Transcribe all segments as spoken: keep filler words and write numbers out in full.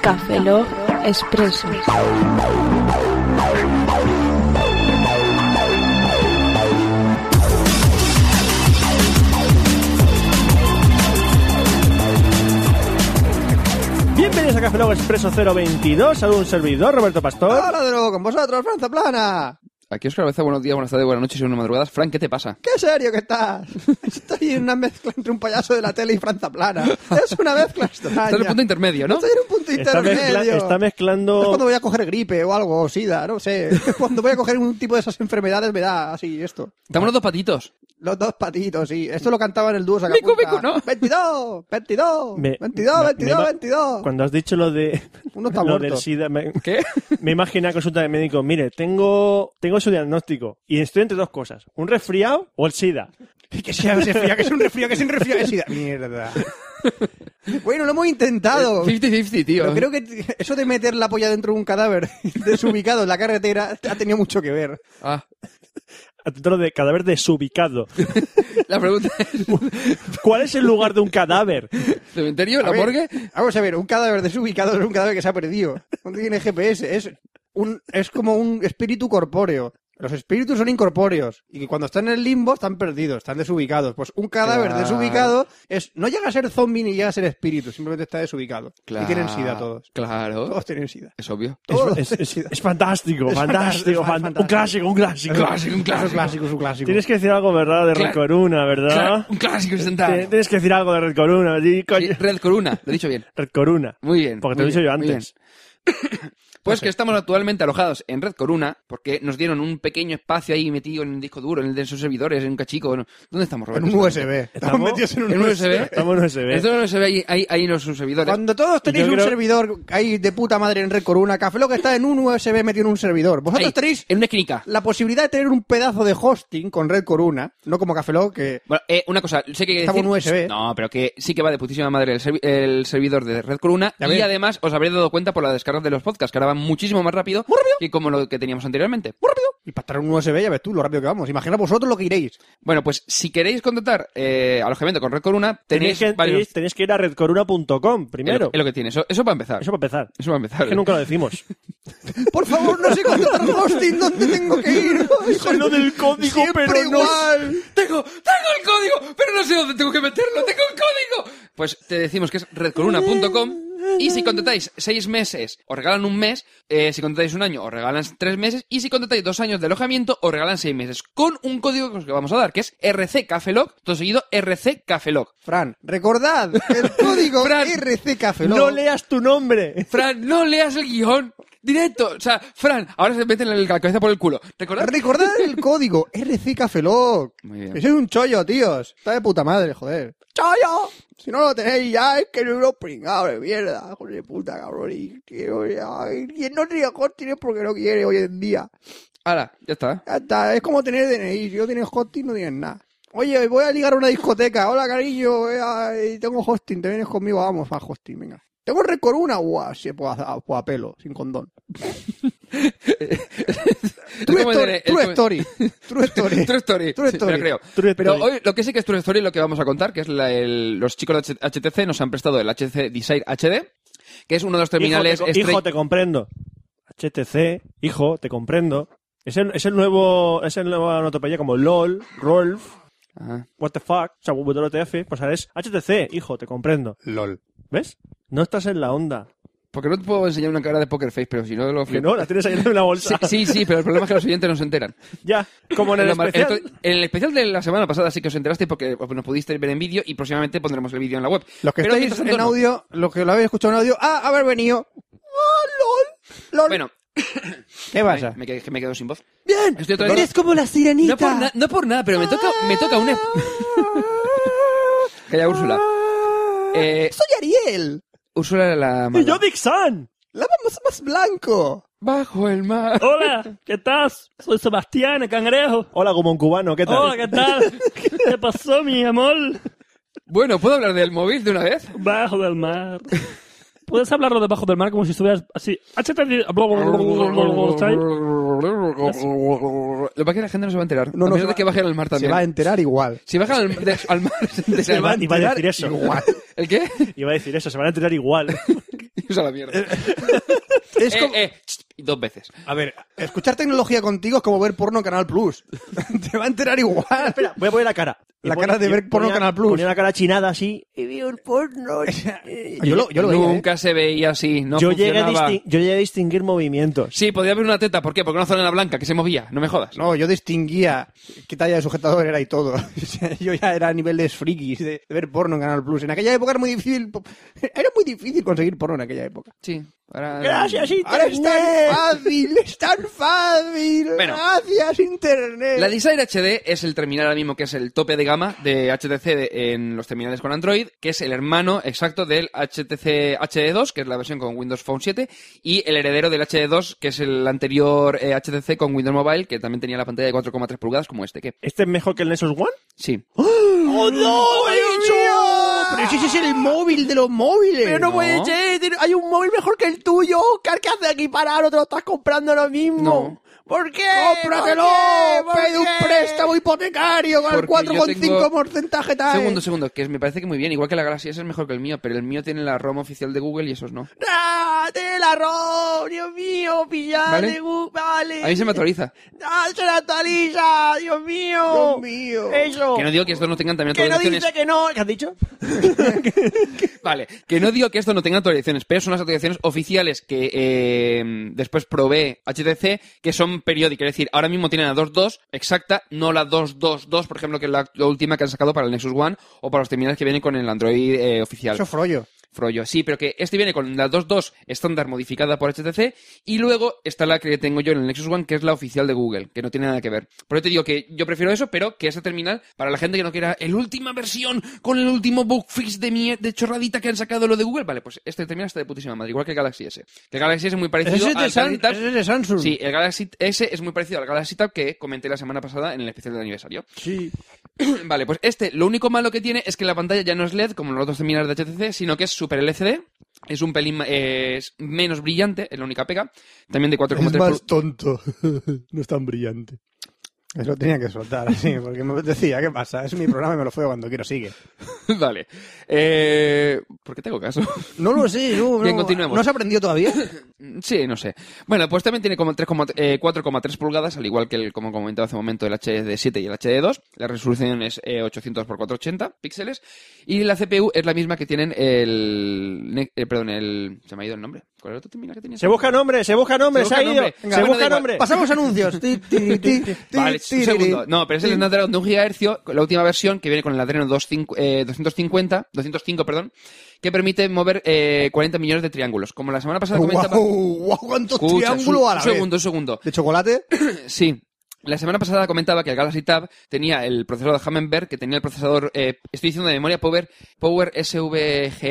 Café Lock Expreso. Bienvenidos a Café Lock Expreso cero veintidós, a un servidor, Roberto Pastor. Hola de nuevo con vosotros, Franza Plana. Aquí Oscar Cabeza, buenos días, buenas tardes, buenas noches y buenas madrugadas. Frank, ¿qué te pasa? ¿Qué serio que estás? Estoy en una mezcla entre un payaso de la tele y Franza Plana. Es una mezcla extraña. Estás en el punto intermedio, ¿no? Estoy en un punto Está, intermedio. mezcla, está mezclando... Es cuando voy a coger gripe o algo, o sida, no sé. Cuando voy a coger un tipo de esas enfermedades me da así esto. Estamos los dos patitos. Los dos patitos, sí. Esto lo cantaba en el dúo Micu, Sacapunta. micu, ¿no? veintidós, veintidós, Me- veintidós, me- veintidós, me- veintidós. Cuando has dicho lo de Uno está lo muerto. del SIDA, me, ¿Qué? me imagino a consulta de médico. Mire, tengo tengo su diagnóstico y estoy entre dos cosas, un resfriado o el SIDA. Que sea un resfriado, que es un resfriado, que es un resfriado, que es sida. Mierda. Bueno, lo hemos intentado. cincuenta cincuenta, tío. Pero creo que eso de meter la polla dentro de un cadáver desubicado en la carretera ha tenido mucho que ver. Ah, A título de cadáver desubicado. la pregunta es... ¿Cuál es el lugar de un cadáver? ¿Cementerio? A ¿La ver, morgue? Vamos a ver, un cadáver desubicado es un cadáver que se ha perdido. No tiene G P S, es, un, es como un espíritu corpóreo. Los espíritus son incorpóreos y que cuando están en el limbo están perdidos, están desubicados. Pues un cadáver Claro. desubicado es no llega a ser zombie ni llega a ser espíritu, simplemente está desubicado. Claro. Y tienen sida todos. Claro. Todos tienen sida. Es obvio. Todos Es, tienen es- sida. es fantástico, Es fantástico, fantástico, fan- fantástico. un clásico, un clásico. Un clásico, un clásico. Es un clásico, es un clásico. Tienes que decir algo, ¿verdad? De Red Claro. Corona, ¿verdad? Claro, un clásico instantáneo. Tienes que decir algo de Red Corona, sí, coño. Sí, Red Corona, lo he dicho bien. Red Corona. Muy bien. Porque te muy lo he dicho yo bien, muy antes. bien. Pues que estamos actualmente alojados en Red Corona porque nos dieron un pequeño espacio ahí metido en el disco duro, en el de sus servidores, en un cachico. ¿No? ¿Dónde estamos, En Roberto? un U S B. ¿Estamos? Estamos metidos en un, ¿En un U S B? Estamos en U S B. Esto no se ve ahí, ahí, ahí en los servidores. Cuando todos tenéis Yo un creo- servidor ahí de puta madre en Red Corona, Café Lock está en un U S B metido en un servidor. Vosotros Ahí, tenéis en una esquinica. la posibilidad de tener un pedazo de hosting con Red Corona, no como Café Lock, que... Bueno, eh, una cosa, sé que hay que Estaba decir... en U S B. No, pero que sí que va de putísima madre el, servi- el servidor de Red Corona. Ya Y ves. además os habréis dado cuenta por la descarga de los podcasts, que ahora van muchísimo más rápido, Muy rápido. que como lo que teníamos anteriormente. ¡Muy rápido! Y para estar en un U S B, ya ves tú lo rápido que vamos. Imaginad vosotros lo que iréis. Bueno, pues si queréis contratar eh, alojamiento con Red Corona, Tenéis tenéis que, varios... tenéis, tenéis que ir a red corona punto com Es lo, primero. es lo que tiene, eso, eso para empezar. Eso para empezar. Eso para empezar. Es que nunca lo decimos. Por favor, no sé contratar hosting, ¿dónde tengo que ir? Sé lo del código, Siempre pero no- igual. Tengo, tengo el código, pero no sé dónde tengo que meterlo, tengo el código. Pues te decimos que es red corona punto com y si contratáis seis meses os regalan un mes, eh, si contratáis un año os regalan tres meses y si contratáis dos años de alojamiento os regalan seis meses con un código que os vamos a dar, que es R C Café Lock, todo seguido R C Café Lock. Fran, recordad el código Fran, R C Café Lock. No leas tu nombre. Fran, no leas el guión directo. O sea, Fran, ahora se meten la cabeza por el culo. ¿Recordad? Recordad el código R C Café Lock. Muy bien. Que sois un chollo, tíos. Está de puta madre, joder. ¡Chollo! Si no lo tenéis ya, es que no lo pringado de mierda. Joder de puta, cabrón. Y quiero ya. Y quien no tiene hosting es porque no quiere hoy en día. Ahora, ya está. Ya está. Es como tener D N I. Si no tienes hosting, no tienes nada. Oye, voy a ligar a una discoteca. Hola, cariño. voy a- Tengo hosting. Te vienes conmigo. Vamos a hosting, venga. Tengo Red Corona. Guau, sí, pues a, pues a pelo, sin condón. True ¿Cómo story, diré? true El- story. True story. True Story. True Sí, story. me lo creo. True Pero story. hoy lo que sí que es True Story es lo que vamos a contar, que es la- el- los chicos de H T C nos han prestado el H T C Desire H D, que es uno de los terminales... Hijo, te, estre- hijo, te comprendo. H T C, hijo, te comprendo. Es el, es el nuevo, es el nuevo onomatopeya como LOL, Rolf, Ajá. what the fuck, o sea, W T F, pues ahora es H T C, hijo, te comprendo. LOL. ¿Ves? No estás en la onda. Porque no te puedo enseñar una cara de Poker Face, pero si no lo... Que no, la tienes ahí en una Sí, bolsa. sí, sí, pero el problema es que los oyentes no se enteran. Ya, como en el En, lo mar- especial. en el especial de la semana pasada sí que os enterasteis porque pues, nos pudisteis ver en vídeo y próximamente pondremos el vídeo en la web. Los que Pero estáis mientras tanto, en no. audio, los que lo habéis escuchado en audio, ah, haber venido. ¡Ah, lol! ¡Lol! Bueno, ¿Qué pasa? me, quedé- me quedo sin voz. Bien, Estoy otra vez- eres como la sirenita. No por, na- no por nada, pero me toca, me toca una... Calla, Úrsula. Eh, Soy Ariel. Úrsula la Y mala. yo, Dixon. La vamos más blanco. Bajo el mar. Hola, ¿qué tal? Soy Sebastián, el cangrejo. Hola, como un cubano, ¿qué tal? Hola, ¿qué tal? ¿Qué pasó, mi amor? Bueno, ¿puedo hablar del móvil de una vez? Bajo del mar. ¿Puedes hablarlo debajo del mar como si estuvieras así? H T C... Lo que pasa es que la gente no se va a enterar. No, a no, menos se de va- que bajen al mar Se también. va a enterar igual. Si bajan al, de- al mar... se Se va- enteran. iba a decir eso. Igual. ¿El qué? Iba a decir eso, se van a enterar igual. Y usa la mierda. Es eh, como- eh, ch, dos veces. A ver, escuchar tecnología contigo es como ver porno en Canal Plus. Te va a enterar igual. Espera, voy a poner la cara. La Y pon- cara de y ver porno ponía- Canal Plus. Ponía la cara chinada así. Y veo el porno. Yo lo, yo lo veía, ¿eh? Nunca se veía así, no yo, llegué a funcionaba. distin- yo llegué a distinguir movimientos. Sí, podía haber una teta, ¿por qué? Porque una zona blanca que se movía, no me jodas. No, yo distinguía qué talla de sujetador era y todo. O sea, yo ya era a nivel de frikis, de, de ver porno en Canal Plus. En aquella época era muy difícil. Era muy difícil conseguir porno en aquella época. Sí, ahora... Gracias, Ahora es tan Internet. fácil, es tan fácil. Bueno. Gracias, Internet. La Desire H D es el terminal ahora mismo que es el tope de gama de H T C de- en los terminales con Android, que es el hermano exacto del H T C H D dos, que es la versión con Windows Phone siete, y el heredero del H D dos, que es el anterior eh, H T C con Windows Mobile, que también tenía la pantalla de cuatro coma tres pulgadas como este. ¿Qué? ¿Este es mejor que el Nexus One? Sí. ¡Oh, no! Dios mío! Pero si ese es el móvil de los móviles. Pero no, No. puede ser. Hay un móvil mejor que el tuyo, Oscar. ¿Qué haces aquí parado? Te lo estás comprando ahora mismo. No. ¿Por qué? ¡Cómpratelo! ¿Por qué? ¡Pide un ¿Por qué? préstamo hipotecario con el Porque cuatro yo coma cinco tengo- porcentaje tal! Segundo, segundo, que es- me parece que muy bien, igual que la Galaxy S es mejor que el mío, pero el mío tiene la ROM oficial de Google y esos no. ¡Ah! ¡Tiene la ROM! ¡Dios mío! ¡Pillale! ¿Vale? Gu- ¡Vale! A mí se me actualiza. ¡Ah! ¡Se la actualiza! ¡Dios mío! Dios mío. ¡Eso! Que no digo que estos no tengan también Que no actualizaciones. dice que no. ¿Qué has dicho? Vale, que no digo que esto no tenga actualizaciones, pero son las actualizaciones oficiales que eh, después provee H T C, que son periódicas. Es decir, ahora mismo tienen la dos punto dos exacta, no la dos punto dos punto dos, por ejemplo, que es la, la última que han sacado para el Nexus One o para los terminales que vienen con el Android eh, oficial. Eso frollo. Frollo, sí, pero que este viene con la dos punto dos estándar modificada por H T C y luego está la que tengo yo en el Nexus One, que es la oficial de Google, que no tiene nada que ver. Por eso te digo que yo prefiero eso, pero que este terminal, para la gente que no quiera el última versión con el último bug fix de, mier- de chorradita que han sacado lo de Google, vale, pues este terminal está de putísima madre, igual que el Galaxy S. Que el Galaxy S es muy parecido Ese es, de al San- Galaxy Tab. ese es de Samsung. Sí, el Galaxy S es muy parecido al Galaxy Tab que comenté la semana pasada en el especial de aniversario. Sí. Vale, pues este, lo único malo que tiene es que la pantalla ya no es L E D como los otros terminales de H T C, sino que es Super L C D. Es un pelín eh, es menos brillante, es la única pega. También de cuatro coma tres pul- tonto. No es tan brillante. Eso tenía que soltar así, porque me decía, ¿qué pasa? Es mi programa y me lo fue cuando quiero, sigue. Vale. Eh, ¿Por qué tengo caso? No lo sé, no, Bien, no. continuemos. ¿No has aprendido todavía? Sí, no sé. Bueno, pues también tiene como tres coma- eh, cuatro coma tres pulgadas, al igual que el, como comentaba hace un momento, el H D siete y el H D dos. La resolución es eh, ochocientos por cuatrocientos ochenta píxeles. Y la C P U es la misma que tienen el... ne- eh, perdón, el... Se me ha ido el nombre. ¿Cuál era el otro terminal que tenía? Se busca nombre, se busca nombre, Se se, busca ha ido. nombre. Se Venga, bueno, busca da igual. nombre. Pasamos anuncios. Ti, ti, ti, ti, Vale, ti, un ti, segundo. ti. No, pero es el Snapdragon de un gigahercio, la última versión que viene con el Adreno doscientos cincuenta, doscientos cinco, perdón, que permite mover eh, cuarenta millones de triángulos. Como la semana pasada comentaba... Guau, guau, cuántos Escucha, triángulos un, a la un vez. segundo, un segundo. ¿De chocolate? Sí. La semana pasada comentaba que el Galaxy Tab tenía el procesador de Hammenberg, que tenía el procesador, eh, estoy diciendo de memoria, Power, Power S V G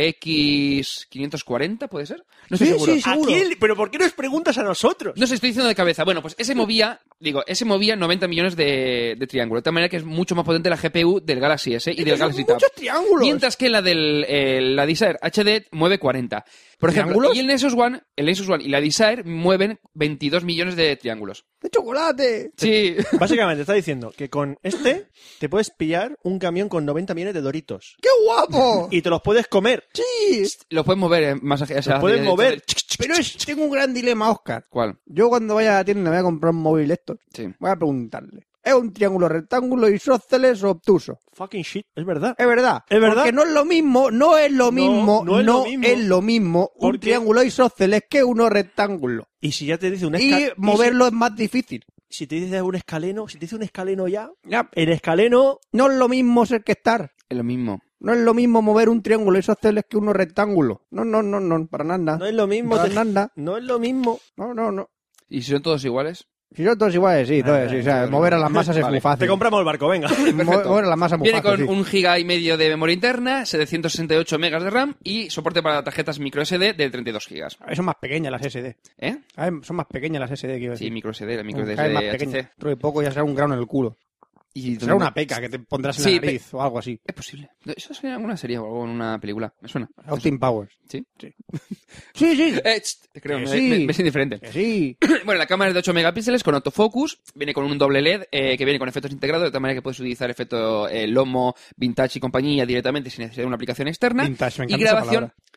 X quinientos cuarenta, ¿puede ser? No estoy Sí, seguro. sí, sí. ¿A seguro. quién? ¿Pero por qué nos preguntas a nosotros? No sé, estoy diciendo de cabeza. Bueno, pues ese movía, digo, ese movía noventa millones de, de triángulos. De tal manera que es mucho más potente la G P U del Galaxy S y del Son Galaxy Tab. muchos triángulos. Mientras que la del eh, la Desire H D mueve cuarenta. Por ejemplo, ¿Triángulos? y el Nexus One, el Nexus One y la Desire mueven veintidós millones de triángulos. ¡De chocolate! Sí. Básicamente está diciendo que con este te puedes pillar un camión con noventa millones de Doritos. ¡Qué guapo! Y te los puedes comer. Sí. Lo puedes mover en masaje. O sea, Los puedes de- mover. Pero es- tengo un gran dilema, Oscar. ¿Cuál? Yo cuando vaya a la tienda y me voy a comprar un móvil de estos, Sí. voy a preguntarle. ¿Es un triángulo rectángulo, isósceles o obtuso? Fucking shit. Es verdad. Es verdad. ¿Es verdad? Porque no es lo mismo, no es lo mismo, no es lo mismo. es lo mismo un Porque- triángulo isósceles que uno rectángulo. Y si ya te dice un Y escaleno... moverlo es más difícil. Si, si te dice un escaleno, si te dice un escaleno ya... Ya, El escaleno... no es lo mismo ser que estar. Es lo mismo. No es lo mismo mover un triángulo isósceles que uno rectángulo. No, no, no, no, para nada. No es lo mismo. Para te- nada. No es lo mismo. No, no, no. ¿Y si son todos iguales? Si son todos iguales, sí, todos, sí, o sea, bueno. mover a las masas es Vale. muy fácil. Te compramos el barco, venga. Mo- Mover a las masas es muy Viene fácil, con sí. un giga y medio de memoria interna, setecientos sesenta y ocho megas de RAM y soporte para tarjetas micro S D de treinta y dos gigas. A ver, son más pequeñas las S D. ¿Eh? A ver, son más pequeñas las S D, quiero decir. Sí, micro S D, la micro Cada S vez más D H pequeñas. C. Dentro de poco ya será un grano en el culo. Y Será una peca que te pondrás en Sí, la nariz o algo así. Es posible. Eso sería en alguna serie o algo en una película. Me suena. Austin Powers. ¿Sí? Sí. Sí, sí. Eh, ch, te creo, Que me, sí. me- me es indiferente. Que sí. Bueno, la cámara es de ocho megapíxeles con autofocus, viene con un doble L E D eh, que viene con efectos integrados, de tal manera que puedes utilizar efecto eh, Lomo, Vintage y compañía directamente sin necesidad de una aplicación externa. Vintage, me y encanta esa grabación, palabra.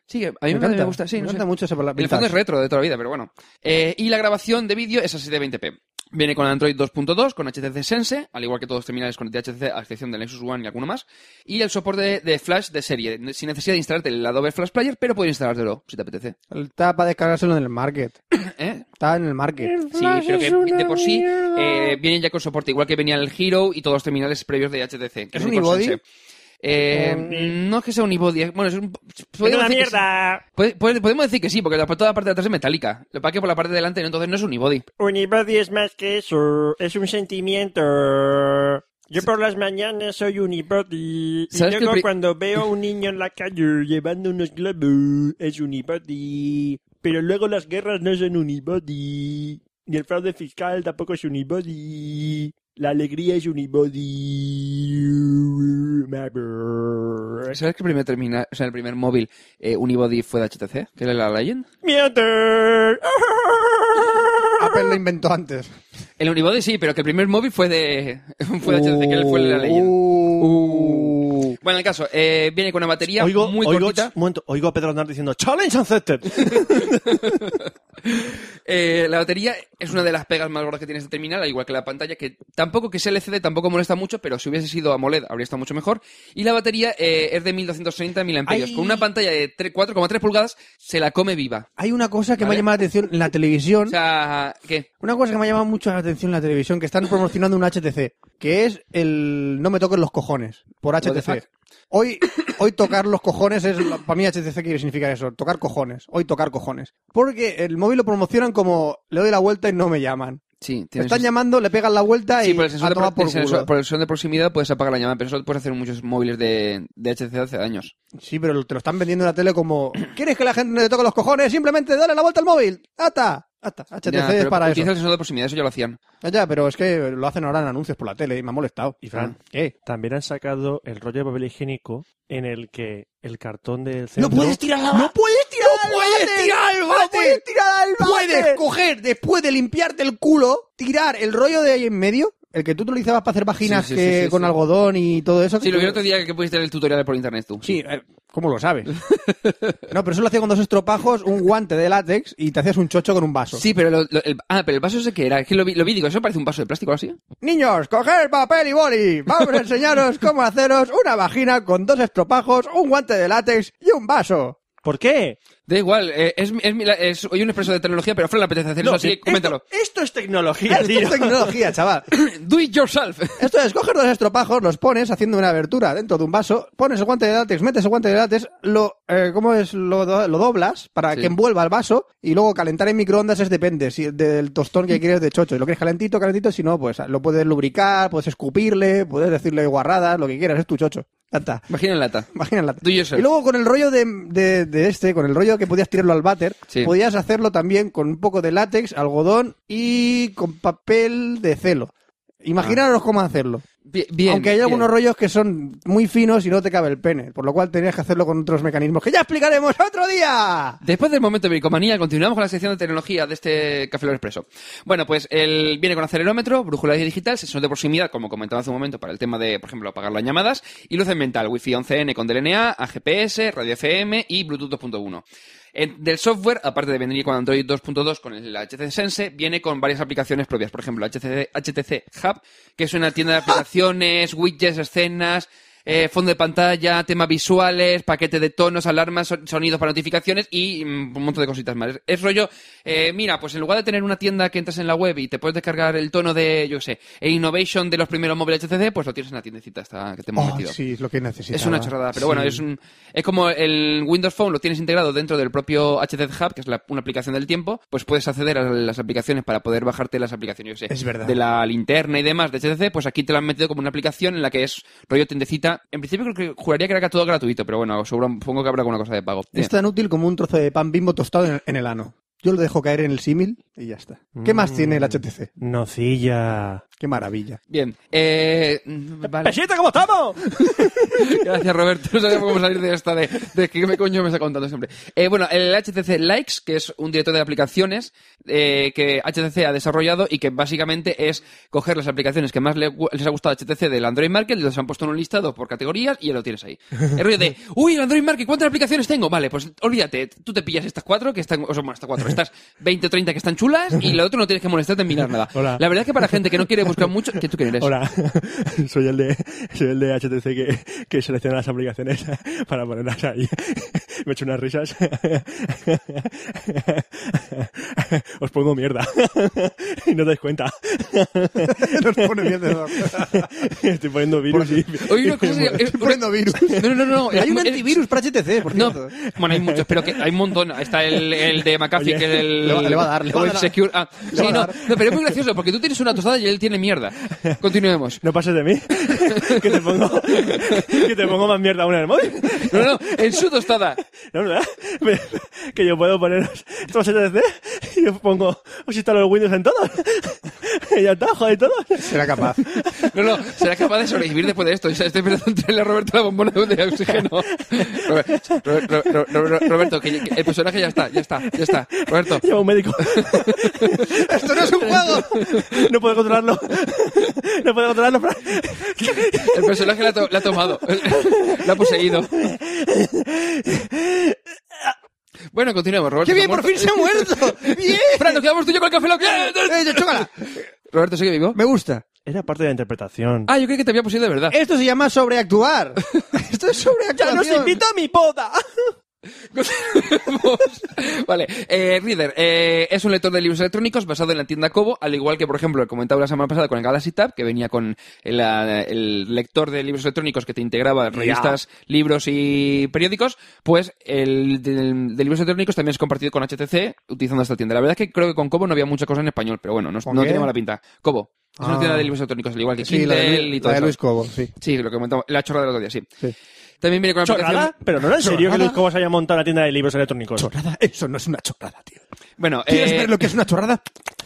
Sí, a mí me, me, me gusta, sí, me no encanta sé. mucho ese palabra. El fondo es retro de toda la vida, pero bueno. Eh, y la grabación de vídeo es a setecientos veinte p. Viene con Android dos punto dos, con H T C Sense, al igual que todos los terminales con D H C, a excepción del Nexus One y alguno más. Y el soporte de, de Flash de serie, sin necesidad de instalarte el Adobe Flash Player, pero puedes instalártelo si te apetece. Está para descargárselo en el market. ¿Eh? Está en el market. Sí, pero que de por sí eh, vienen ya con soporte, igual que venía el Hero y todos los terminales previos de H T C. Que ¿Es vienen con unibody? Sense. Eh, no es que sea unibody, bueno, es un... ¡Vete a la decir que mierda! sí. Puede- puede- podemos decir que sí, porque la, toda la parte de atrás es metálica. Lo que pasa es que por la parte de delante, entonces no es unibody. Unibody es más que eso, es un sentimiento. Yo por las mañanas soy unibody. Y ¿Sabes que luego el pri- cuando veo a un niño en la calle llevando unos globos, es unibody. Pero luego las guerras no son unibody. Ni el fraude fiscal tampoco es unibody. La alegría es unibody. ¿Sabes que el primer terminal, o sea, el primer móvil eh, unibody fue de H T C? Que era la Legend. ¡Mierda! Apple lo inventó antes. El unibody sí, pero que el primer móvil fue de, fue de H T C, que él fue la Legend. Uh. Bueno, el caso, eh, viene con una batería Oigo, muy oigo, cortita. un momento, oigo a Pedro Aznar diciendo ¡Challenge accepted! Eh, la batería es una de las pegas más gordas que tiene este terminal, al igual que la pantalla, que tampoco que sea L C D, tampoco molesta mucho, pero si hubiese sido AMOLED habría estado mucho mejor. Y la batería eh, es de mil doscientos treinta miliamperios. Ay. Con una pantalla de cuatro coma tres pulgadas, se la come viva. Hay una cosa que me ¿Vale? ha llamado la atención en la televisión. O sea, ¿qué? Una cosa que me ha llamado mucho la atención en la televisión, que están promocionando un H T C, que es el no me toques los cojones, por H T C. What the fuck? Hoy, hoy tocar los cojones es, para mí H T C quiere significar eso, tocar cojones, hoy tocar cojones. Porque el móvil lo promocionan como le doy la vuelta y no me llaman. Sí, Te tienes... están llamando, le pegan la vuelta Sí, y por el, sensor a de, tomar pro- por el sensor- culo. por el sensor de proximidad puedes apagar la llamada, pero eso lo puedes hacer en muchos móviles de, de H T C hace años. Sí, pero te lo están vendiendo en la tele como ¿quieres que la gente no le toque los cojones? Simplemente dale la vuelta al móvil. ¡Ata! ¡Ata! H T C Ya, es pero para utiliza eso. el sensor de proximidad, eso ya lo hacían. Ya, ya, pero es que lo hacen ahora en anuncios por la tele y me ha molestado. Y Fran, ¿Qué? también han sacado el rollo de papel higiénico en el que el cartón del centro... ¡No puedes tirar la ¡No puedes tirar ¡No puedes tirar al bate! ¡No puedes tirar al bate! Puedes coger, después de limpiarte el culo, tirar el rollo de ahí en medio, el que tú utilizabas para hacer vaginas Sí, sí, que sí, sí, con sí. algodón y todo eso. Sí, que lo tú- vi el otro día que pudiste ver el tutorial por internet tú. Sí, eh, ¿cómo lo sabes? No, pero eso lo hacía con dos estropajos, un guante de látex y te hacías un chocho con un vaso. Sí, pero lo- lo- el, ah, pero el vaso ese que era, es que lo vi, lo vi, digo, eso parece un vaso de plástico o así. Niños, coger papel y boli. Vamos a enseñaros cómo haceros una vagina con dos estropajos, un guante de látex y un vaso. ¿Por qué? Da igual, eh, es, es, mi- es, hoy un expreso de tecnología, pero Fran le apetece hacer eso, así que esto, coméntalo. esto es tecnología, Esto tío. es tecnología, chaval. Do it yourself. Esto es, coger dos estropajos, los pones haciendo una abertura dentro de un vaso, pones el guante de látex, metes el guante de látex, lo, eh, ¿cómo es? Lo, do- lo doblas para Sí. que envuelva el vaso y luego calentar en microondas es depende si del tostón que quieres de chocho. Si lo quieres calentito, calentito, si no, pues lo puedes lubricar, puedes escupirle, puedes decirle guarradas, lo que quieras, es tu chocho. Ya está. Imagina en lata. Imagínala. Do yourself. Y luego con el rollo de, de, de este, con el rollo que podías tirarlo al váter, Sí. podías hacerlo también con un poco de látex, algodón y con papel de celo. Imaginaros cómo hacerlo. Bien, bien, Aunque hay bien. algunos rollos que son muy finos y no te cabe el pene, por lo cual tenías que hacerlo con otros mecanismos que ya explicaremos otro día. Después del momento de bricomanía, continuamos con la sección de tecnología de este Café Lock Expreso. Bueno, pues el, viene con acelerómetro, brújula digital, sensor de proximidad, como comentaba hace un momento, para el tema de, por ejemplo, apagar las llamadas, y luz ambiental, Wi-Fi once ene con D L N A, A G P S, radio F M y Bluetooth dos punto uno. En- del software, aparte de venir con Android dos punto dos con el H T C Sense, viene con varias aplicaciones propias. Por ejemplo, H T C, H T C Hub, que es una tienda de aplicaciones, widgets, escenas, eh, fondo de pantalla, temas visuales, paquete de tonos, alarmas, son- sonidos para notificaciones y mm, un montón de cositas más. Es, es rollo, eh, mira, pues en lugar de tener una tienda que entras en la web y te puedes descargar el tono de, yo qué sé, el Innovation de los primeros móviles H T C, pues lo tienes en la tiendecita esta que te hemos Oh, metido. sí, es lo que necesitaba. Es una chorrada, pero Sí. bueno, es un es como el Windows Phone lo tienes integrado dentro del propio H T C Hub, que es la- una aplicación del tiempo, pues puedes acceder a las aplicaciones para poder bajarte las aplicaciones, yo sé, Es verdad. de la linterna y demás de H T C, pues aquí te lo han metido como una aplicación en la que es rollo tiendecita. En principio creo que juraría que era todo gratuito, pero bueno, seguro, supongo que habrá alguna cosa de pago. Es tan útil como un trozo de pan Bimbo tostado en, en el ano. Yo lo dejo caer en el símil y ya está. ¿Qué más Mm. tiene el H T C? Nocilla. Qué maravilla. Bien. Eh, vale. ¡Pesita, cómo estamos! Gracias, Roberto. No sabía cómo salir de esta de, de qué me coño me está contando siempre. Eh, bueno, el H T C Likes, que es un director de aplicaciones eh, que H T C ha desarrollado y que básicamente es coger las aplicaciones que más le, les ha gustado a H T C del Android Market, los han puesto en un listado por categorías y ya lo tienes ahí. El rollo de, uy, el Android Market, ¿cuántas aplicaciones tengo? Vale, pues olvídate, tú te pillas estas cuatro que están, o sea, bueno, estas cuatro, estas veinte o treinta que están chulas y lo otro no tienes que molestarte en mirar nada. Hola. La verdad es que para gente que no quiere buscar mucho, ¿qué tú quién eres? Hola, soy el de soy el de H T C que, que selecciona las aplicaciones para ponerlas ahí. Me he hecho unas risas. Os pongo mierda. Y no te das cuenta. Nos pone bien de dos. Estoy poniendo virus y... Oye, una cosa sería- Estoy poniendo virus. No, no, no, no. Hay un es- antivirus para H T C, por No, cierto. bueno, hay muchos, pero que hay un montón. Está el, el de McAfee, Oye, que es el... le va- le va a dar, le va a el dar. Secure... Ah, Le sí, va a no, dar. no, pero es muy gracioso, porque tú tienes una tostada y él tiene mierda. Continuemos. No pases de mí. Que te pongo... Que te pongo más mierda aún en el móvil. No, no, en su tostada. No, ¿verdad? Que yo puedo poner estos H T C y yo pongo... Os instalo el Windows en todos. Y ya está, joder, todo. Será capaz. No, no, será capaz de sobrevivir después de esto. O sea, estoy empezando a entregarle a Roberto la bombona de oxígeno. Robert- Ro- Ro- Ro- Ro- Roberto, que que el personaje ya está, ya está, ya está. Roberto. Lleva un médico. ¡Esto no es un juego! No puedo controlarlo. No puedo controlarlo. Fran. El personaje la ha, to- la ha tomado. La ha poseído. Bueno, continuemos, Roberto. ¡Qué bien, está por fin se ha muerto! ¡Bien! Fran, nos quedamos tú y yo con el café loco. ¡Eh, chócala! Roberto, ¿sigue vivo? Me gusta. Era parte de la interpretación. Ah, yo creí que te había poseído de verdad. Esto se llama sobreactuar. Esto es sobreactuación. ¡Ya nos invita a mi boda! Continuemos. Vale, eh, Reader eh, es un lector de libros electrónicos basado en la tienda Kobo, al igual que, por ejemplo, he comentado la semana pasada con el Galaxy Tab, que venía con el, eh, el lector de libros electrónicos que te integraba revistas, libros y periódicos. Pues el de, de libros electrónicos también es compartido con H T C utilizando esta tienda. La verdad es que creo que con Kobo no había mucha cosa en español, pero bueno, no, ¿Con no qué? tiene mala pinta. Kobo es una Ah. tienda de libros electrónicos, al igual que Sí, la Kindle de, Lu- y todo la de eso. Luis Cobo, sí. Sí, lo que comentamos, la chorrada del otro día, sí. Sí. También viene con la ¿Chorrada? aplicación... Pero no era en serio que ¿Chorrada? Luis Cobos haya montado una tienda de libros electrónicos. Chorrada. Eso no es una chorrada, tío. Bueno, ¿Quieres eh, ver lo que es una chorrada?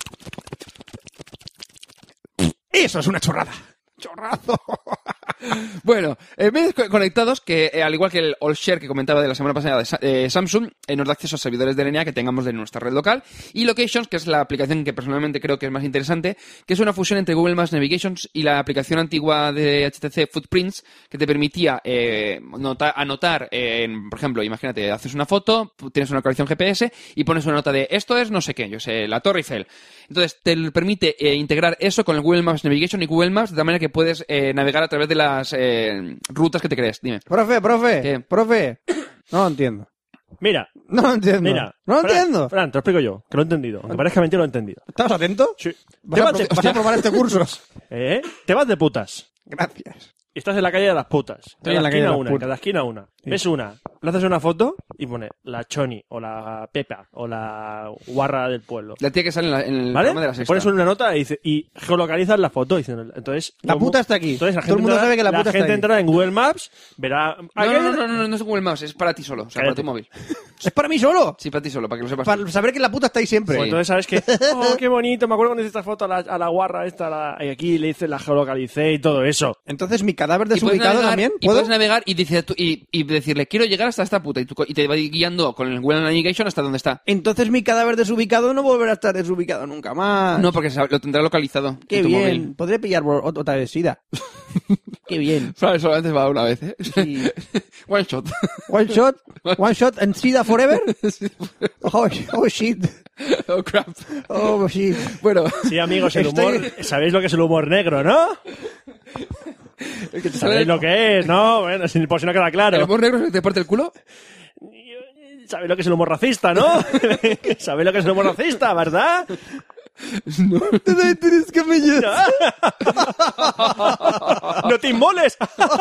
Eso es una chorrada. Chorrazo. Bueno, en medios co- conectados, que eh, al igual que el AllShare que comentaba de la semana pasada de Sa- eh, Samsung, eh, nos da acceso a servidores de L N A que tengamos de nuestra red local, y Locations, que es la aplicación que personalmente creo que es más interesante, que es una fusión entre Google Maps Navigations y la aplicación antigua de H T C Footprints, que te permitía eh, nota- anotar, eh, en- por ejemplo, imagínate, haces una foto, tienes una localización G P S y pones una nota de esto es no sé qué, yo sé, la Torre Eiffel. Entonces te permite eh, integrar eso con el Google Maps Navigation y Google Maps de tal manera que puedes eh, navegar a través de las eh, rutas que te crees. Dime. Profe, profe. ¿Qué? Profe. No lo entiendo. Mira, No lo entiendo. mira. No lo Fran, entiendo. Fran, te lo explico yo, que lo he entendido. Aunque parezca mentira, lo he entendido. ¿Estabas atento? Sí. Vas, Te a, vas pro- de, vas a probar este curso. ¿eh? Te vas de putas. Gracias. Y estás en la calle de las putas. Estoy Cada en la calle esquina de las una, putas. cada esquina una. Ves una, le haces una foto y pone la Choni, o la Pepa, o la guarra del pueblo. La tía que sale en, la- en el ¿Vale? programa de la sexta. Pones una nota y, dice, y geolocalizas la foto. Diciendo, entonces, La como- puta está aquí. Entonces, la Todo el gente mundo entrará- sabe que la puta está gente aquí. entrará en Google Maps, verá... No, Aquí no, hay no, una- no, no, no, no es Google Maps, es para ti solo, o sea, para Cállate. tu móvil. ¿Es para mí solo? Sí, para ti solo, para que lo sepas. Para tú. saber que la puta está ahí siempre. Pues entonces sabes que, oh, qué bonito, me acuerdo cuando hice esta foto a la, a la guarra esta, la- y aquí le hice, la geolocalicé y todo eso. Entonces mi cadáver Y puedes desubicado navegar- también. Y ¿Puedo? puedes navegar y, dice, tú- y, y decirle, quiero llegar hasta esta puta, y, tú co- y te va guiando con el Google Navigation hasta donde está. Entonces mi cadáver desubicado no volverá a estar desubicado nunca más. No, porque sabe- lo tendrá localizado. Qué en tu bien. móvil. Podré pillar bor- ot- otra vez sida. Qué bien. Vale, solamente va una vez, ¿eh? Sí. One shot. One shot, one shot and sida forever. Oh, oh shit. Oh, crap. Oh shit. Bueno, Sí, amigos, el Estoy- humor... ¿Sabéis lo que es el humor negro, no? el que te ¿Sabéis sale... lo que es, no? Bueno, si- por si no queda ¿El claro. humor negro es el que te parte el culo? ¿Sabéis lo que es el humor racista, no? ¿Sabéis lo que es el humor racista, verdad? Tienes que me ¡No te inmoles!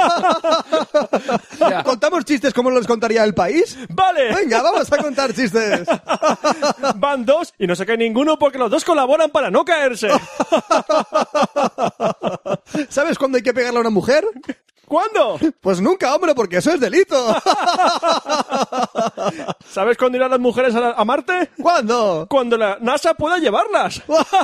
Ya. ¿Contamos chistes como los contaría el país? ¡Vale! Venga, vamos a contar chistes. Van dos y no se cae ninguno porque los dos colaboran para no caerse. ¿Sabes cuándo hay que pegarle a una mujer? ¿Cuándo? Pues nunca, hombre, porque eso es delito. ¿Sabes cuándo irán las mujeres a, la- a Marte? ¿Cuándo? Cuando la NASA pueda llevarlas.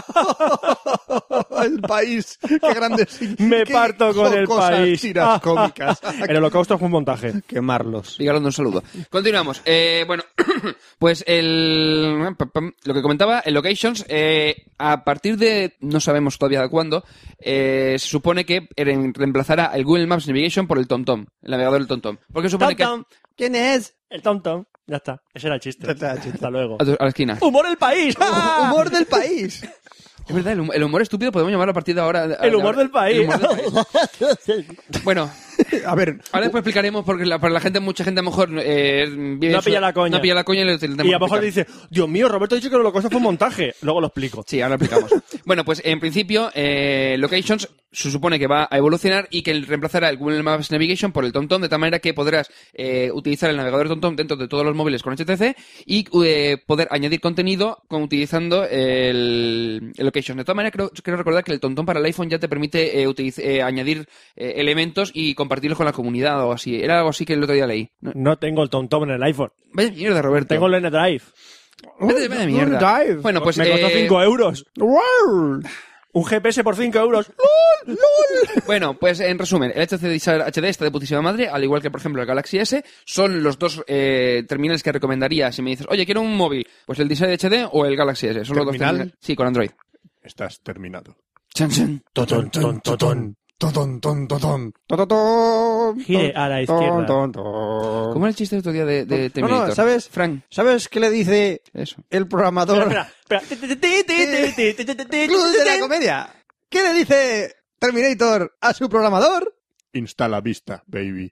El país. Qué grande. Me qué parto con el jocosas país. tiras cómicas. El holocausto fue un montaje. Quemarlos. Dígalo, un saludo. Continuamos. Eh, bueno, pues el lo que comentaba, el Locations, eh, a partir de, no sabemos todavía de cuándo, eh, se supone que re- reemplazará el Google Maps Navigation por el TomTom, el navegador del TomTom. Porque supone Tom, Tom. ¿Quién es? El Tom Tom. Ya está. Ese era el chiste. Ya está, chiste. Hasta luego. que... A, tu- a la esquina. ¡Humor el país! ¡Ah! Humor del país. Es verdad, el, hum- el humor estúpido podemos llamarlo a partir de ahora. El humor del país. El humor del país. Bueno, A ver, ahora después explicaremos porque la, para la gente, mucha gente a lo mejor eh, vive No en su- pilla la coña. No pilla la coña y le intentamos Y a lo mejor explicar. dice, Dios mío, Roberto ha dicho que el holocausto fue un montaje. Luego lo explico. Sí, ahora lo explicamos. Bueno, pues en principio, eh, Locations se supone que va a evolucionar y que reemplazará el Google Maps Navigation por el TomTom, de tal manera que podrás eh, utilizar el navegador TomTom dentro de todos los móviles con H T C y eh, poder añadir contenido con, utilizando el, el Locations. De todas maneras, creo, quiero recordar que el TomTom para el iPhone ya te permite eh, utiliz- eh, añadir eh, elementos y compartirlos con la comunidad o así. Era algo así que el otro día leí. No, No tengo el Tom Tom en el iPhone. vaya mierda, Roberto. Tengo el N-Drive. Vete- vete de mierda. Drive. Bueno, pues... Me costó eh, cinco euros. Wow. Un G P S por cinco euros. Bueno, pues en resumen, el H T C Desire H D está de putísima madre, al igual que por ejemplo el Galaxy S, son los dos eh, terminales que recomendaría si me dices, oye, quiero un móvil, pues el Desire H D o el Galaxy S, son los dos ¿Terminal? terminales. Sí, con Android. Estás terminado. Chan, chan. Totón, ton, totón. Totón, ton, totón. Tototón. Gire a la izquierda. Ton, ton, ton. ¿Cómo era el chiste el otro día de, de No, no, Terminator? ¿sabes? Frank, ¿Sabes qué le dice eso. el programador Espera, espera. Club de la comedia? ¿Qué le dice Terminator a su programador? Instala Vista, baby.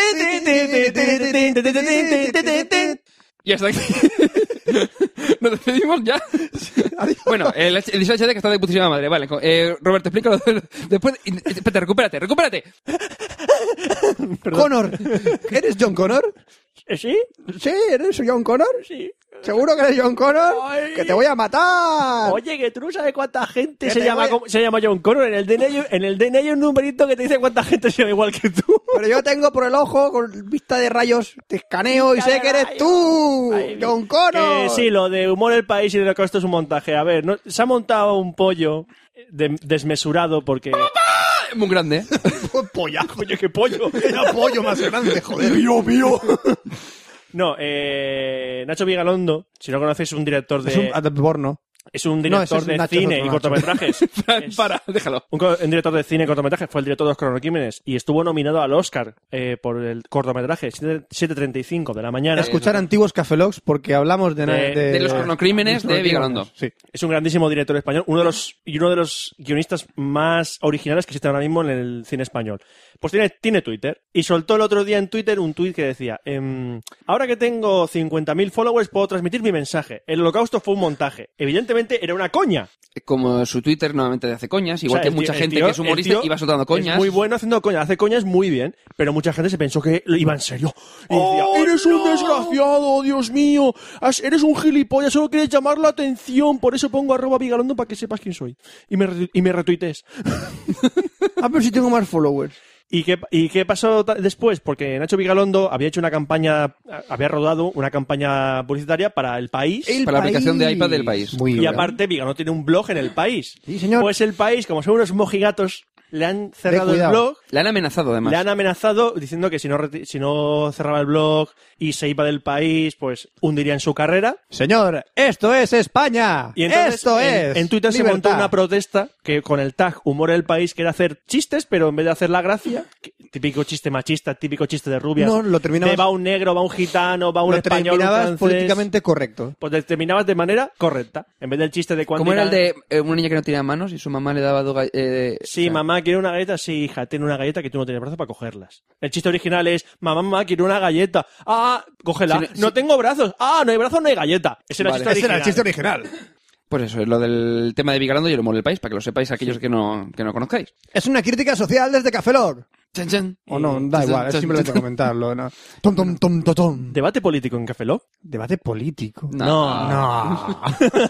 Y hasta aquí. Nos despedimos ya. Bueno, el, H- el Desire H D que está de putísima madre, vale. co- Eh, Roberto, explícalo. Después, espérate, recupérate, recupérate. Connor. ¿Eres John Connor? ¿Sí? Sí, ¿eres John Connor? Sí. ¿Seguro que eres John Connor? Ay. ¡Que te voy a matar! Oye, que tú no sabes cuánta gente Que se te llama, voy- como- se llama John Connor. En el D N I, en el D N I hay un numerito que te dice cuánta gente se llama igual que tú. Pero yo tengo por el ojo, con vista de rayos, te escaneo y Vista sé de que eres rayos. tú, Ay, John Connor. Eh, sí, lo de humor el país y de lo que esto es un montaje. A ver, ¿no? Se ha montado un pollo de- desmesurado porque... Muy grande, ¿eh? Pollazo. Oye, qué pollo. Era pollo más grande, joder. Mío, mío. No, eh, Nacho Vigalondo, si no conocéis, es un director de... Es un de porno. Es un No, director ese es de Nacho, es cine otro y Nacho. cortometrajes. Fran, Es para, déjalo. Un, co- un director de cine y cortometrajes. Fue el director de los cronocrímenes y estuvo nominado al Oscar eh, por el cortometraje siete treinta y cinco de la mañana. Escuchar antiguos cafelogs porque hablamos de... De- de los cronocrímenes de Vigalondo. Sí. Es un grandísimo director español, uno de los y uno de los guionistas más originales que existen ahora mismo en el cine español. Pues tiene, tiene Twitter y soltó el otro día en Twitter un tuit que decía: em, ahora que tengo cincuenta mil followers puedo transmitir mi mensaje. El holocausto fue un montaje. Evidentemente era una coña. Como su Twitter nuevamente hace coñas, igual O sea, que el tío- mucha el gente tío- que es el humorista tío iba soltando coñas. Es muy bueno haciendo coñas, hace coñas muy bien, pero mucha gente se pensó que iba en serio. Y decía, ¡Oh, eres un no! desgraciado, Dios mío, has- eres un gilipollas, solo quieres llamar la atención, por eso pongo arroba Vigalondo para que sepas quién soy. Y me, re- y me retuitees. Ah, pero si tengo más followers. ¿Y qué, ¿Y qué pasó ta- después? Porque Nacho Vigalondo había hecho una campaña, había rodado una campaña publicitaria para El País. El Para la aplicación de País. iPad del País. Muy Y bien. aparte, Vigalondo tiene un blog en El País. Sí, señor. Pues El País, como son unos mojigatos, le han cerrado el cuidado. blog. Le han amenazado, además. Le han amenazado diciendo que si no, reti- si no cerraba el blog y se iba del país, pues hundirían su carrera. Señor, esto es España. Y entonces esto en, es en Twitter se libertad. montó una protesta que con el tag Humor del País, que era hacer chistes, pero en vez de hacer la gracia, que- típico chiste machista, típico chiste de rubias, No, lo terminabas- de va un negro, va un gitano, va un Lo español, un terminabas francés, políticamente correcto. pues te terminabas de manera correcta. En vez del chiste de cuando ¿Cómo era el iba- de eh, una niña que no tenía manos y su mamá le daba dos gall- eh, Sí, o sea, mamá, quiere una galleta. Sí, hija, tiene una galleta que tú no tienes brazos para cogerlas. El chiste original es, mamá, mamá, quiero una galleta. Ah, cógela. Sí, no sí. tengo brazos. Ah, no hay brazos, no hay galleta. Ese era Vale. el chiste Ese era original. el chiste original. Pues eso, es lo del tema de Vigalondo y el humor del país, para que lo sepáis aquellos que no, que no conozcáis. Es una crítica social desde Cafelog. Chan, chan. O no, da Chan, igual, es chan, simplemente chan. comentarlo, ¿no? Tom, tom, tom, tom, tom. ¿Debate político en Café Lock? Debate político. No. No.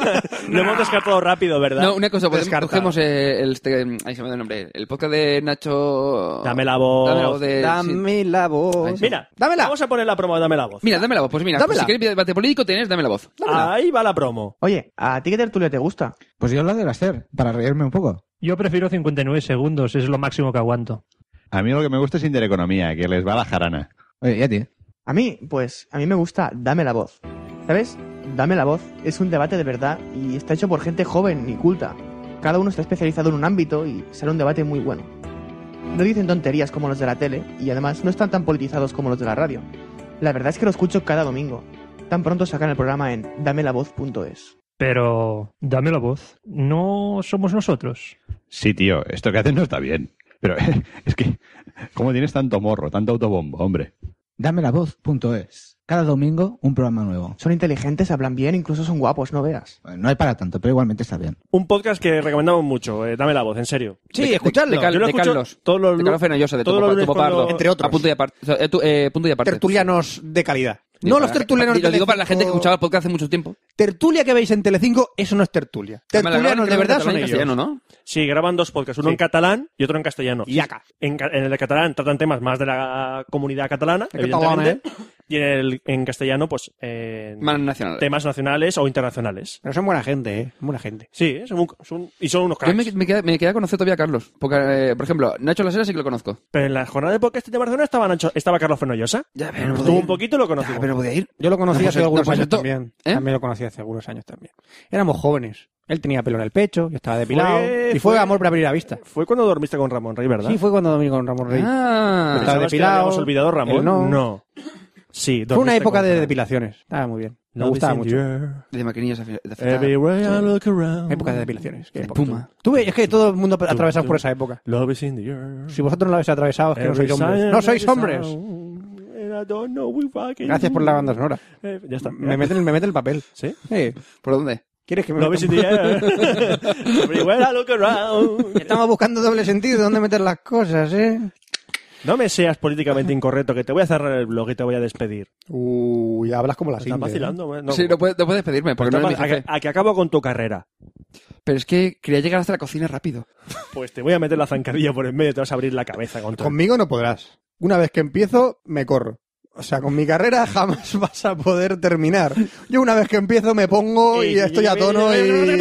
Lo hemos descartado rápido, ¿verdad? No, una cosa, podemos, Descartado. cogemos eh, el, este, ahí se me da el nombre, el podcast de Nacho... Dame la voz. Dame la voz de... sí. Dame la voz. Ahí sí. Mira, Dámela. vamos a poner la promo de Dame la voz. Mira, dame la voz, pues mira, Dámela. pues si queréis debate político tenés, dame la voz. Ahí va la promo. Oye, ¿a ti qué tertulia te gusta? Pues yo la de hacer, para reírme un poco. Yo prefiero cincuenta y nueve segundos, es lo máximo que aguanto. A mí lo que me gusta es Intereconomía, que les va la jarana. Oye, ¿y a ti? A mí, pues, a mí me gusta Dame la voz. ¿Sabes? Dame la voz es un debate de verdad y está hecho por gente joven y culta. Cada uno está especializado en un ámbito y sale un debate muy bueno. No dicen tonterías como los de la tele y además no están tan politizados como los de la radio. La verdad es que lo escucho cada domingo. Tan pronto sacan el programa en dame la voz punto es. Pero, dame la voz. No somos nosotros. Sí, tío, esto que hacen no está bien. Pero es que, ¿cómo tienes tanto morro, tanto autobombo, hombre? Dame la voz punto es. Cada domingo un programa nuevo. Son inteligentes, hablan bien, incluso son guapos, no veas. Bueno, no hay para tanto, pero igualmente está bien. Un podcast que recomendamos mucho. eh, Dame la voz, en serio. Sí, De- escuchadlo. De, Cal- Yo lo de escucho Carlos. todos los De lu- Carlos Fenollosa, de todos Topo, los lunes Topo cuando- Pardo. Entre otros. A punto y aparte. o sea, eh, tu- eh, punto y aparte. Tertulianos de calidad. Sí, No para- los tertulianos de Lo digo para la gente que Telecinco. escuchaba el podcast hace mucho tiempo. Tertulia que veis en Telecinco, eso no es tertulia. Además, la Tertulianos graban, de creo, en verdad catalán son y ellos. castellano, ¿no? Sí, graban dos podcasts, uno Sí. en catalán y otro en castellano. Y acá. En, ca- en el de catalán tratan temas más de la comunidad catalana, El evidentemente. catalán, Y en, el, en castellano, pues, eh, Más nacional. temas nacionales o internacionales. Pero son buena gente, ¿eh? Buena gente. Sí, ¿eh? son, un- son- y son unos Yo cracks. me, me, queda, me queda conocer todavía a Carlos. Porque, eh, por ejemplo, Nacho Lasera sí que lo conozco. Pero en la jornada de podcast de Barcelona estaba, Nacho- estaba Carlos Fenollosa. Ya, pero Estuvo un poquito y lo conocimos. pero podía ir. Yo lo conocí No, hace pues, algunos no, pues años esto- también. ¿Eh? También lo conocí hace algunos años también. Éramos jóvenes. Él tenía pelo en el pecho, yo estaba depilado. Fue- y fue, fue- amor para primera vista. Fue cuando dormiste con Ramón Rey, ¿verdad? Sí, fue cuando dormí con Ramón Rey. Ah. Estaba ¿Pensabas que depilado, lo habíamos olvidado, Ramón? él no. no. Sí, Fue una dormiste época con de Ramón. depilaciones. Estaba muy bien. Me Love gustaba is in mucho. the air. De maquinillas afi- de afeitar. Everywhere I look around. Época de depilaciones. Qué De época. espuma. Tuve, es que todo el mundo atravesado por esa época. Love is in the air. Si vosotros no lo habéis atravesado, es que no Every sois hombres. sign, ¡No sois every hombres! sound, and I don't know we fucking Gracias por la banda sonora. Eh, ya está. Me meten, me meten el papel. ¿Sí? Sí. ¿Por dónde? ¿Quieres que me Love meta is un- in the air. Everywhere I look around. Estamos buscando doble sentido, dónde meter las cosas, ¿eh? No me seas políticamente incorrecto, que te voy a cerrar el blog y te voy a despedir. Uy, hablas como la Estás Sinde, ¿eh? vacilando, ¿eh? No, Sí, no puedes, no puedes pedirme, porque no eres mi a, que, jefe. a que acabo con tu carrera. Pero es que quería llegar hasta la cocina rápido. Pues te voy a meter la zancadilla por en medio y te vas a abrir la cabeza con todo. Conmigo no podrás. Una vez que empiezo, me corro. O sea, con mi carrera jamás vas a poder terminar. Yo una vez que empiezo me pongo y estoy a tono y...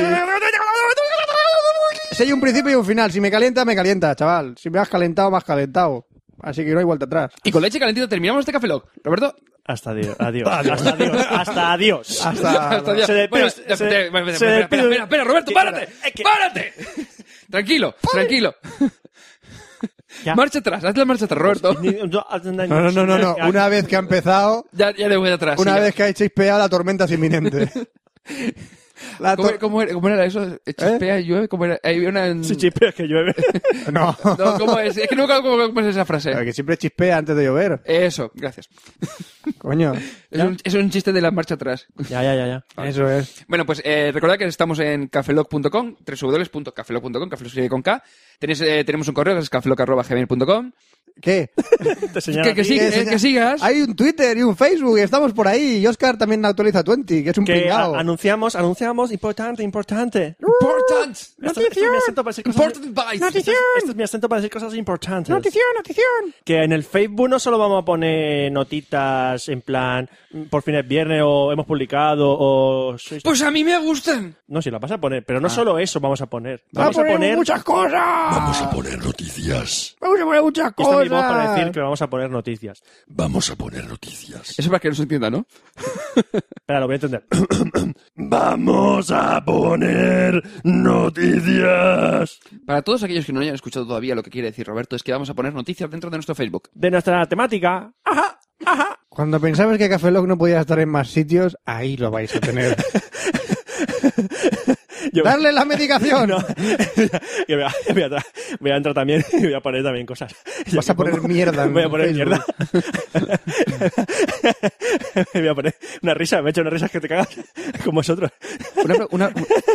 Si hay un principio y un final. Si me calienta, me calienta, chaval. Si me has calentado, me has calentado. Así que no hay vuelta atrás. Y con leche calentita terminamos este Café Lock. Roberto. Hasta adiós. Adiós. Hasta adiós. Hasta adiós. Hasta... Hasta ya. Se despide- Bueno, se- espera, se- espera, espera, se espera, despide- espera, espera, Roberto, ¿Qué? párate. Es que- ¡Párate! Tranquilo, tranquilo. Ya. Marcha atrás, haz la marcha atrás, Roberto. No, no, no, no, no. Una vez que ha empezado, Ya, ya le voy atrás. una sí, ya. vez que ha chispeado, la tormenta es inminente. La ¿Cómo, tor- cómo era, cómo era eso? Chispea, llueve, ¿cómo era? Hay una... en- Si chispeas que llueve. No. No, ¿cómo es? Es que no me acuerdo cómo, cómo es esa frase. Que siempre chispea antes de llover. Eso, gracias. Coño. Es un, es un chiste de la marcha atrás. Ya, ya, ya, ya. Eso es. Bueno, pues eh, recordad que estamos en cafeloc punto com, doble u doble u doble u punto cafeloc punto com, Cafeloc se escribe con K. Tenéis, eh, tenemos un correo que es cafeloc arroba gmail punto com. ¿Qué? Te señalo Que, a que, ti. sigue- Que eh, seña- que sigas. Hay un Twitter y un Facebook y estamos por ahí. Y Oscar también actualiza veinte, que es un Que pringao. a- anunciamos, anunciamos, importante, importante. Important. Esto, esto es mi acento para decir cosas... Important bites. Esto es, esto es mi acento para decir cosas importantes. Notición, notición. Que en el Facebook no solo vamos a poner notitas en plan, por fin es viernes o hemos publicado o... sois- Pues a mí me gustan. No, si la vas a poner, pero no solo eso vamos a poner. Vamos Vamos a poner... muchas cosas. Vamos a poner noticias. Vamos a poner muchas Y esta es cosas. mi voz para decir que vamos a poner noticias. Vamos a poner noticias. Eso para que no se entienda, ¿no? Espera, lo voy a entender. Vamos a poner noticias. Para todos aquellos que no hayan escuchado todavía lo que quiere decir Roberto, es que vamos a poner noticias dentro de nuestro Facebook. De nuestra temática. Cuando pensabas que Café Lock no podía estar en más sitios, ahí lo vais a tener. Yo- ¡Darle la medicación! No. Yo voy, a, voy, a, tra- voy a entrar también y voy a poner también cosas. Vas a poner mierda en Voy a poner Facebook. mierda. Voy a poner una risa, me he hecho unas risas que te cagas con vosotros. Una, una-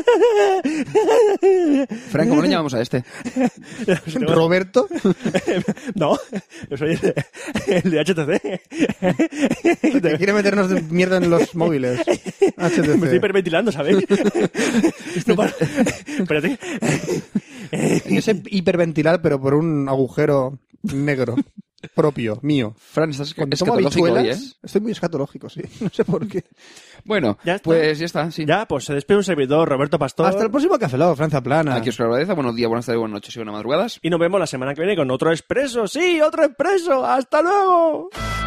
Fran, ¿cómo le llamamos a este? Roberto. No, yo soy el de, el de H T C. Que quiere meternos de mierda en los móviles. H T C. Me estoy hiperventilando, ¿sabéis? No para- Espérate. Yo sé hiperventilar, pero por un agujero negro propio, mío. Fran, estás Cuando tomo escatológico hoy, ¿eh? habichuelas, estoy muy escatológico, sí. No sé por qué. Bueno, ¿Ya está? pues ya está, sí. Ya, pues se despide un servidor, Roberto Pastor. Hasta el próximo Café Lock, Francia Plana. Aquí Oscar Badeza, buenos días, buenas tardes, buenas noches y buenas madrugadas. Y nos vemos la semana que viene con otro expreso. ¡Sí, otro expreso! ¡Hasta luego!